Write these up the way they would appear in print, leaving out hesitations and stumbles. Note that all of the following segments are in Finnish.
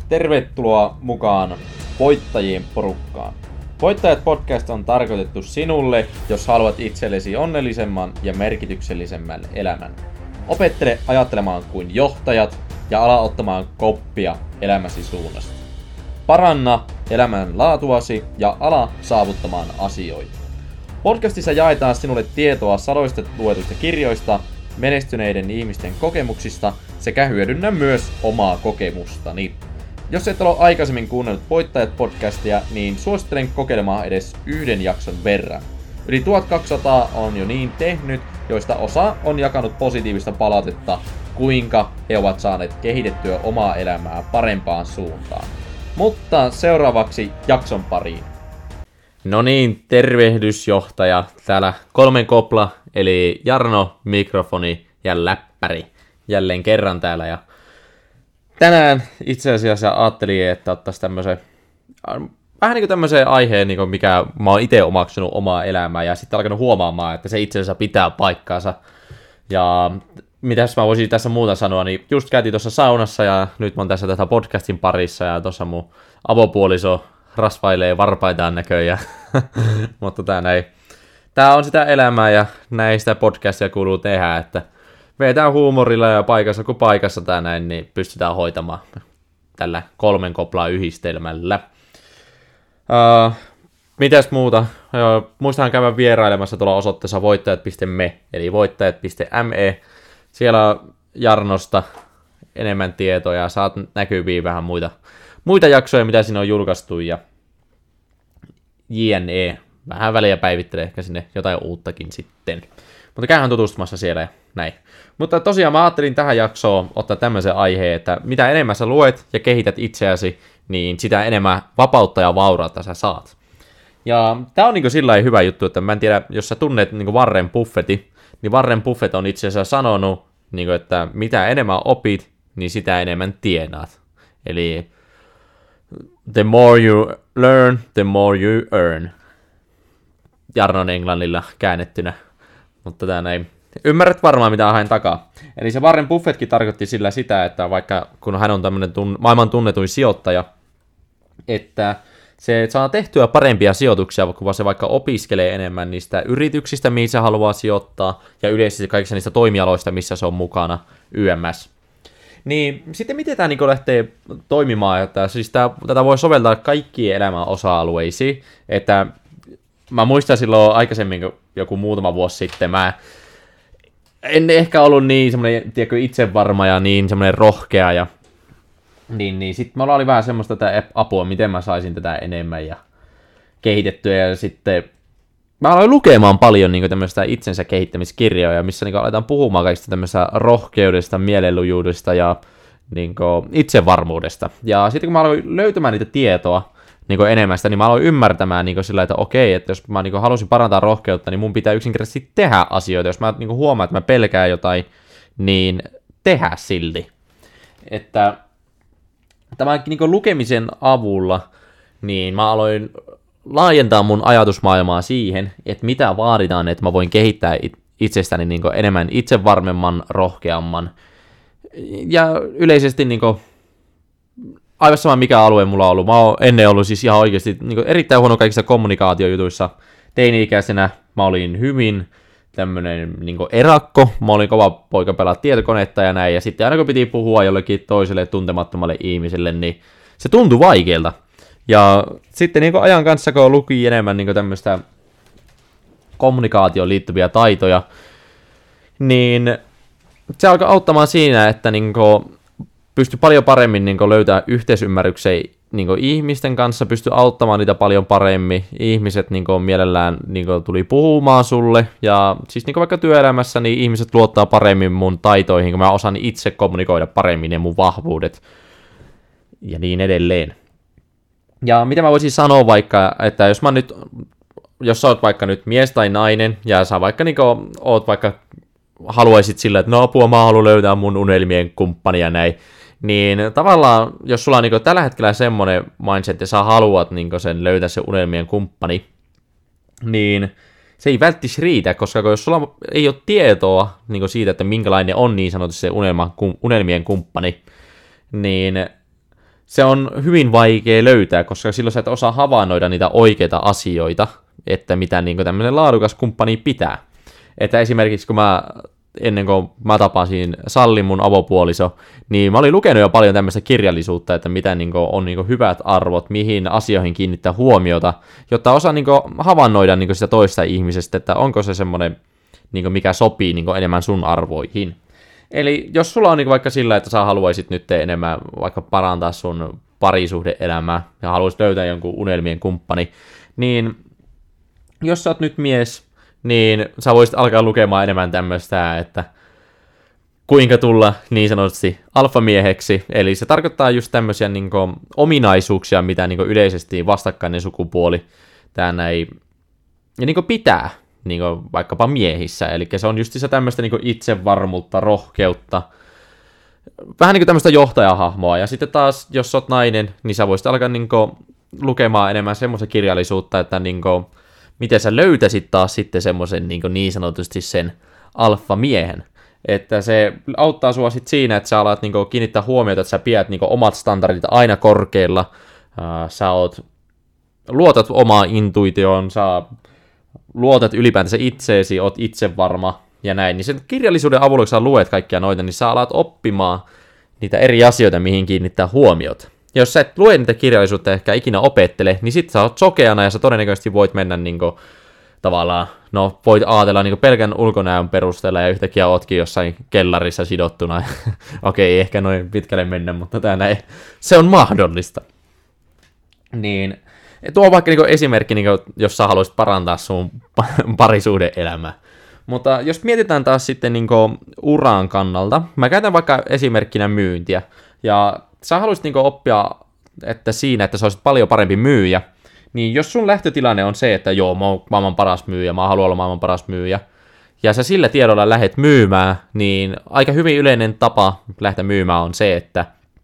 Tervetuloa mukaan Voittajien porukkaan. Voittajat podcast on tarkoitettu sinulle, jos haluat itsellesi onnellisemman ja merkityksellisemmän elämän. Opettele ajattelemaan kuin johtajat ja ala ottamaan koppia elämäsi suunnasta. Paranna elämän laatuasi ja ala saavuttamaan asioita. Podcastissa jaetaan sinulle tietoa sadoista luetuista kirjoista, menestyneiden ihmisten kokemuksista sekä hyödynnä myös omaa kokemustani. Jos et ole aikaisemmin kuunnellut Voittajat-podcastia, niin suosittelen kokeilemaan edes yhden jakson verran. Yli 1200 on jo niin tehnyt, joista osa on jakanut positiivista palautetta, kuinka he ovat saaneet kehitettyä omaa elämää parempaan suuntaan. Mutta seuraavaksi jakson pariin. No niin, tervehdysjohtaja. Täällä 3 kopla, eli Jarno, mikrofoni ja läppäri. Jälleen kerran täällä. Ja tänään itse asiassa ajattelin, että ottaisi vähän niin kuin tämmöisen aiheen, niin kuin mikä mä oon itse omaksunut omaa elämää, ja sitten alkanut huomaamaan, että se itse asiassa pitää paikkaansa. Ja mitäs mä voisin tässä muuta sanoa, niin just käytiin tuossa saunassa, ja nyt mä oon tässä tätä podcastin parissa, ja tuossa mun avopuoliso rasvailee varpaitaan näköjään. Mutta tää on sitä elämää, ja näin sitä podcastia kuuluu tehdä, että vetään huumorilla ja paikassa kuin paikassa tää näin, niin pystytään hoitamaan tällä 3 koplaa yhdistelmällä. Mitäs muuta? Muistahan käydä vierailemassa tuolla osoitteessa voittajat.me, eli voittajat.me. Siellä on Jarnosta enemmän tietoja, saat näkyviin vähän muita jaksoja, mitä siinä on julkaistu, ja JNE. Vähän väliä päivittelee ehkä sinne jotain uuttakin sitten. Mutta käyhän tutustumassa siellä ja näin. Mutta tosiaan mä ajattelin tähän jaksoon ottaa tämmöisen aiheen, että mitä enemmän sä luet ja kehität itseäsi, niin sitä enemmän vapautta ja vaurautta sä saat. Ja tää on niinku sillä hyvä juttu, että mä en tiedä, jos sä tunnet niinku Warren Buffettin, niin Warren Buffett on itse asiassa sanonut, niinku, että mitä enemmän opit, niin sitä enemmän tienaat. Eli the more you learn, the more you earn. Jarnon englannilla käännettynä. Mutta tää näin. Ymmärrät varmaan, mitä haen takaa. Eli se Warren Buffettkin tarkoitti sillä sitä, että vaikka kun hän on tämmöinen maailman tunnetuin sijoittaja, että se saa tehtyä parempia sijoituksia, kun se vaikka opiskelee enemmän niistä yrityksistä, mihin se haluaa sijoittaa, ja yleisesti kaikista niistä toimialoista, missä se on mukana, YMS. Niin sitten miten tämä niin lähtee toimimaan, että siis tätä voi soveltaa kaikkiin elämän osa-alueisiin, että mä muistan silloin aikaisemmin, joku muutama vuosi sitten, mä en ehkä ollut niin semmoinen, tiedätkö, itsevarma ja niin semmoinen rohkea, ja niin sitten mulla oli vähän semmoista tätä apua, miten mä saisin tätä enemmän ja kehitettyä, ja sitten mä aloin lukemaan paljon niin tämmöistä itsensä kehittämiskirjoja, missä niin aletaan puhumaan kaikista tämmöistä rohkeudesta, mielenlujuudesta ja niin itsevarmuudesta. Ja sitten kun mä aloin löytämään niitä tietoa niin enemmän sitä, niin mä aloin ymmärtämään niin sillä, että okei, että jos mä niin halusin parantaa rohkeutta, niin mun pitää yksinkertaisesti tehdä asioita. Jos mä niin huomaan, että mä pelkään jotain, niin tehdä silti. Että tämän niin lukemisen avulla niin mä aloin laajentaa mun ajatusmaailmaa siihen, että mitä vaaditaan, että mä voin kehittää itsestäni niin enemmän itsevarmemman, rohkeamman. Ja yleisesti niin aivan sama mikä alue mulla on ollut. Mä oon ennen ollut siis ihan oikeasti niin erittäin huono kaikissa kommunikaatiojutuissa. Teini-ikäisenä mä olin hyvin tämmönen niin erakko. Mä olin kova poika pelaa tietokonetta ja näin. Ja sitten aina kun piti puhua jollekin toiselle tuntemattomalle ihmiselle, niin se tuntui vaikealta. Ja sitten niin ajan kanssa, kun luki enemmän niin tämmöistä kommunikaatioon liittyviä taitoja, niin se alkoi auttamaan siinä, että niin pystyi paljon paremmin niin löytää yhteisymmärryksen niin ihmisten kanssa, pystyi auttamaan niitä paljon paremmin. Ihmiset niin mielellään niin tuli puhumaan sulle, ja siis niin vaikka työelämässä niin ihmiset luottaa paremmin mun taitoihin, kun mä osaan itse kommunikoida paremmin ne mun vahvuudet ja niin edelleen. Ja mitä mä voisin sanoa vaikka, että jos sä oot vaikka nyt mies tai nainen, ja sä vaikka oot vaikka haluaisit sillä, että no apua, mä haluan löytää mun unelmien kumppania ja näin, niin tavallaan, jos sulla on tällä hetkellä semmoinen mindset, ja sä haluat sen löytää se unelmien kumppani, niin se ei välttis riitä, koska jos sulla ei ole tietoa siitä, että minkälainen on niin sanotusti se unelmien kumppani, niin se on hyvin vaikea löytää, koska silloin sä et osaa havainnoida niitä oikeita asioita, että mitä niin tämmöinen laadukas kumppani pitää. Että esimerkiksi kun ennen kuin mä tapasin Sallin, mun avopuoliso, niin mä olin lukenut jo paljon tämmöistä kirjallisuutta, että mitä on hyvät arvot, mihin asioihin kiinnittää huomiota, jotta osaa havainnoida sitä toista ihmisestä, että onko se semmoinen, mikä sopii enemmän sun arvoihin. Eli jos sulla on vaikka sillä, että sä haluaisit nyt enemmän vaikka parantaa sun parisuhde-elämää ja haluaisit löytää jonkun unelmien kumppani, niin jos sä oot nyt mies, niin sä voisit alkaa lukemaan enemmän tämmöistä, että kuinka tulla niin sanotusti alfamieheksi. Eli se tarkoittaa just tämmöisiä ominaisuuksia, mitä yleisesti vastakkainen sukupuoli pitää vaikkapa miehissä. Eli se on just tämmöistä itsevarmuutta, rohkeutta, vähän tämmöistä johtajahahmoa. Ja sitten taas, jos sä oot nainen, niin sä voisit alkaa lukemaan enemmän semmoista kirjallisuutta, että miten sä löytäisit taas sitten semmoisen niin sanotusti sen alfamiehen. Että se auttaa sua sitten siinä, että sä alat kiinnittää huomiota, että sä pidät omat standardit aina korkealla, luotat omaan intuitioon, sä luotat ylipäätänsä itseesi, oot itsevarma ja näin. Niin sen kirjallisuuden avulla, kun sä luet kaikkia noita, niin sä alat oppimaan niitä eri asioita, mihin kiinnittää huomiota. Ja jos sä et lue niitä kirjallisuutta ehkä ikinä opettele, niin sit sä oot sokeana ja sä todennäköisesti voit mennä tavallaan, voit ajatella pelkän ulkonäön perusteella ja yhtäkkiä ootkin jossain kellarissa sidottuna. Okei, ei ehkä noin pitkälle mennä, mutta se on mahdollista. Niin, tuo on vaikka esimerkki, jos sä haluaisit parantaa sun parisuhde-elämää. Mutta jos mietitään taas sitten uran kannalta, mä käytän vaikka esimerkkinä myyntiä, ja sä haluaisit oppia, että siinä, että sä olisit paljon parempi myyjä, niin jos sun lähtötilanne on se, että joo, mä oon maailman paras myyjä, mä haluan olla maailman paras myyjä, ja sä sillä tiedolla lähdet myymään, niin aika hyvin yleinen tapa lähteä myymään on se, että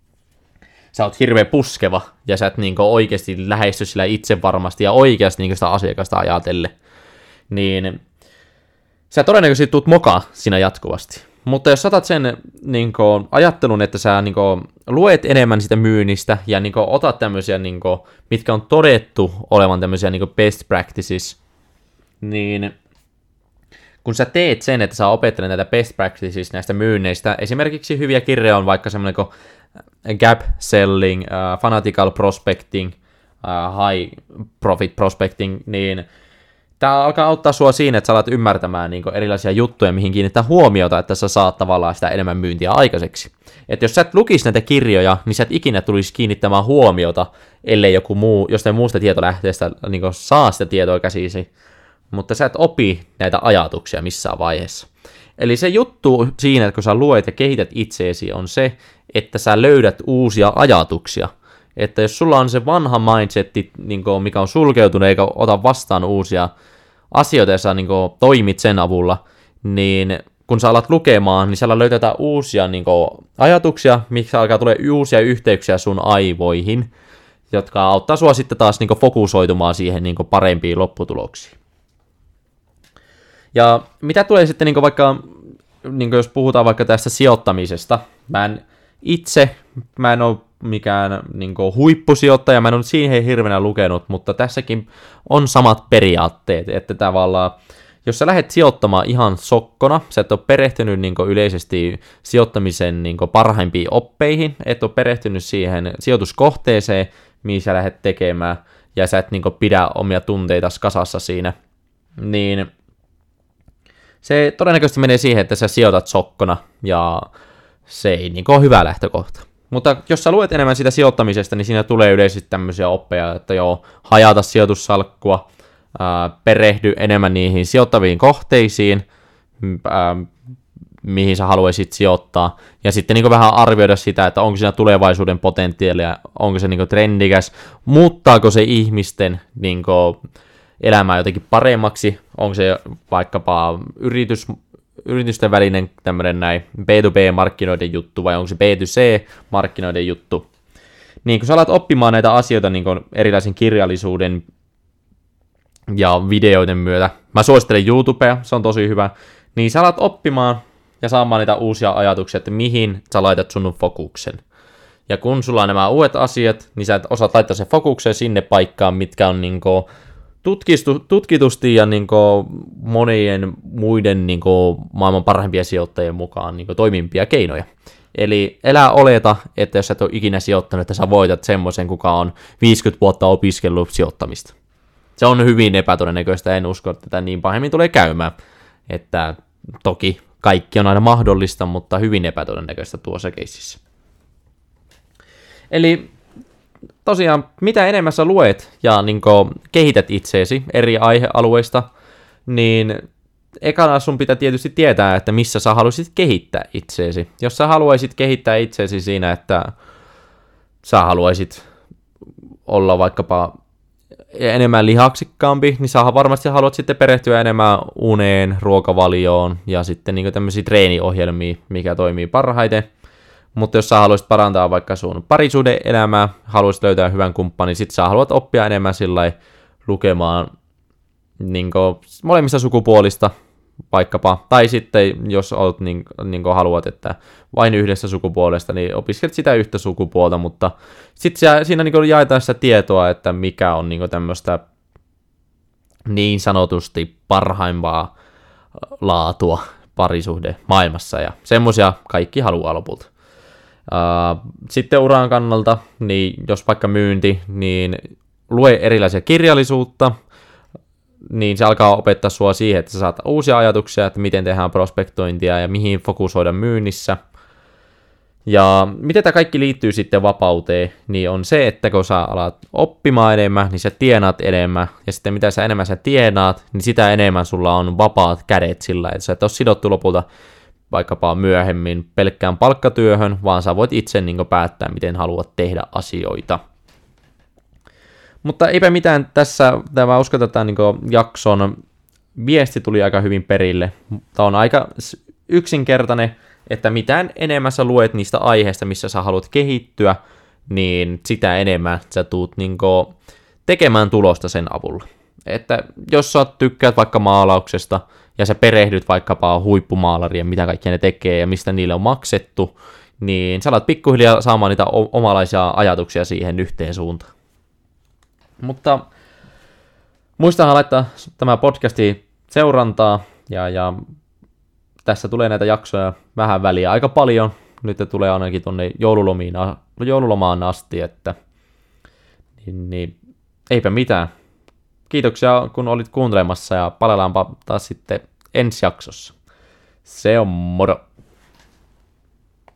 sä oot hirveän puskeva, ja sä et oikeasti lähesty sillä itse varmasti ja oikeasti sitä asiakasta ajatelle, niin sä todennäköisesti tuut mokaa siinä jatkuvasti. Mutta jos otat sen ajattelun, että sä luet enemmän sitä myynnistä ja otat tämmöisiä, mitkä on todettu olevan tämmöisiä best practices, niin kun sä teet sen, että sä opettelet näitä best practices näistä myynneistä, esimerkiksi hyviä kirjoja on vaikka semmoinen kuin gap selling, fanatical prospecting, high profit prospecting, niin tämä alkaa auttaa sua siinä, että sä alat ymmärtämään erilaisia juttuja, mihin kiinnittää huomiota, että sä saat tavallaan sitä enemmän myyntiä aikaiseksi. Että jos sä et lukisi näitä kirjoja, niin sä et ikinä tulisi kiinnittämään huomiota, ellei joku muu, jostain muusta tietolähteestä saa sitä tietoa käsisi, mutta sä et opi näitä ajatuksia missään vaiheessa. Eli se juttu siinä, että kun sä luet ja kehität itseesi, on se, että sä löydät uusia ajatuksia. Että jos sulla on se vanha mindsetti, mikä on sulkeutunut eikä ota vastaan uusia asioita ja sä toimit sen avulla, niin kun sä alat lukemaan, niin siellä löytetään uusia ajatuksia, missä alkaa tulee uusia yhteyksiä sun aivoihin, jotka auttaa sua sitten taas fokusoitumaan siihen parempiin lopputuloksiin. Ja mitä tulee sitten vaikka, jos puhutaan vaikka tästä sijoittamisesta, mä en ole mikään huippusijoittaja, mä en ole siihen hirveänä lukenut, mutta tässäkin on samat periaatteet, että tavallaan, jos sä lähdet sijoittamaan ihan sokkona, sä et ole perehtynyt yleisesti sijoittamisen parhaimpiin oppeihin, et ole perehtynyt siihen sijoituskohteeseen, mihin sä lähdet tekemään, ja sä et pidä omia tunteita kasassa siinä, niin se todennäköisesti menee siihen, että sä sijoitat sokkona, ja se ei ole hyvä lähtökohta. Mutta jos sä luet enemmän siitä sijoittamisesta, niin siinä tulee yleisesti tämmöisiä oppeja, että hajata sijoitussalkkua, perehdy enemmän niihin sijoittaviin kohteisiin, mihin sä haluaisit sijoittaa, ja sitten vähän arvioida sitä, että onko siinä tulevaisuuden potentiaalia, onko se trendikäs, muuttaako se ihmisten elämää jotenkin paremmaksi, onko se vaikkapa yritysten välinen tämmöinen näin B2B-markkinoiden juttu, vai onko se B2C-markkinoiden juttu. Niin kun sä alat oppimaan näitä asioita erilaisen kirjallisuuden ja videoiden myötä, mä suosittelen YouTubea, se on tosi hyvä, niin sä alat oppimaan ja saamaan niitä uusia ajatuksia, että mihin sä laitat sun fokuksen. Ja kun sulla on nämä uudet asiat, niin sä osaat laittaa se fokukseen sinne paikkaan, mitkä on niinku tutkitusti ja niinku monien muiden niinku maailman parhaimpia sijoittajien mukaan niinku toimimpia keinoja. Eli älä oleta, että jos sä et ole ikinä sijoittanut, että sä voitat semmoisen, kuka on 50 vuotta opiskellut sijoittamista. Se on hyvin epätodennäköistä, en usko, että tätä niin pahemmin tulee käymään. Että toki kaikki on aina mahdollista, mutta hyvin epätodennäköistä tuossa keississä. Eli tosiaan, mitä enemmän sä luet ja kehität itseesi eri aihealueista, niin ekana sun pitää tietysti tietää, että missä sä haluaisit kehittää itseesi. Jos sä haluaisit kehittää itseesi siinä, että sä haluaisit olla vaikkapa enemmän lihaksikkaampi, niin sä varmasti haluat sitten perehtyä enemmän uneen, ruokavalioon ja sitten tämmöisiä treeniohjelmia, mikä toimii parhaiten. Mutta jos sä haluaisit parantaa vaikka sun parisuhde-elämää, haluaisit löytää hyvän kumppanin, sit sä haluat oppia enemmän sillai lukemaan molemmista sukupuolista vaikkapa, tai sitten jos olet haluat, että vain yhdestä sukupuolesta, niin opiskelet sitä yhtä sukupuolta, mutta sitten siinä jaetaan sitä tietoa, että mikä on tämmöistä niin sanotusti parhaimpaa laatua parisuhde maailmassa, ja semmoisia kaikki haluaa lopulta. Sitten uran kannalta, niin jos vaikka myynti, niin lue erilaisia kirjallisuutta, niin se alkaa opettaa sua siihen, että sä saat uusia ajatuksia, että miten tehdään prospektointia ja mihin fokusoida myynnissä. Ja miten tämä kaikki liittyy sitten vapauteen, niin on se, että kun sä alat oppimaan enemmän, niin sä tienaat enemmän, ja sitten mitä sä enemmän sä tienaat, niin sitä enemmän sulla on vapaat kädet sillä, että sä et ole sidottu lopulta vaikkapa myöhemmin pelkkään palkkatyöhön, vaan sä voit itse päättää, miten haluat tehdä asioita. Mutta eipä mitään tässä, mä uskon, että tämän jakson viesti tuli aika hyvin perille. Tämä on aika yksinkertainen, että mitään enemmän sä luet niistä aiheista, missä sä haluat kehittyä, niin sitä enemmän sä tuut tekemään tulosta sen avulla. Että jos sä tykkäät vaikka maalauksesta, ja sä perehdyt vaikkapa huippumaalarien, mitä kaikkia ne tekee ja mistä niille on maksettu, niin sä alat pikkuhiljaa saamaan niitä omalaisia ajatuksia siihen yhteen suuntaan. Mutta muistahan laittaa tämä podcasti seurantaa, ja tässä tulee näitä jaksoja vähän väliä aika paljon. Nyt tulee ainakin tuonne joululomaan asti, että niin, eipä mitään. Kiitoksia, kun olit kuuntelemassa, ja palallaanpa taas sitten ensi jaksossa. Se on moro!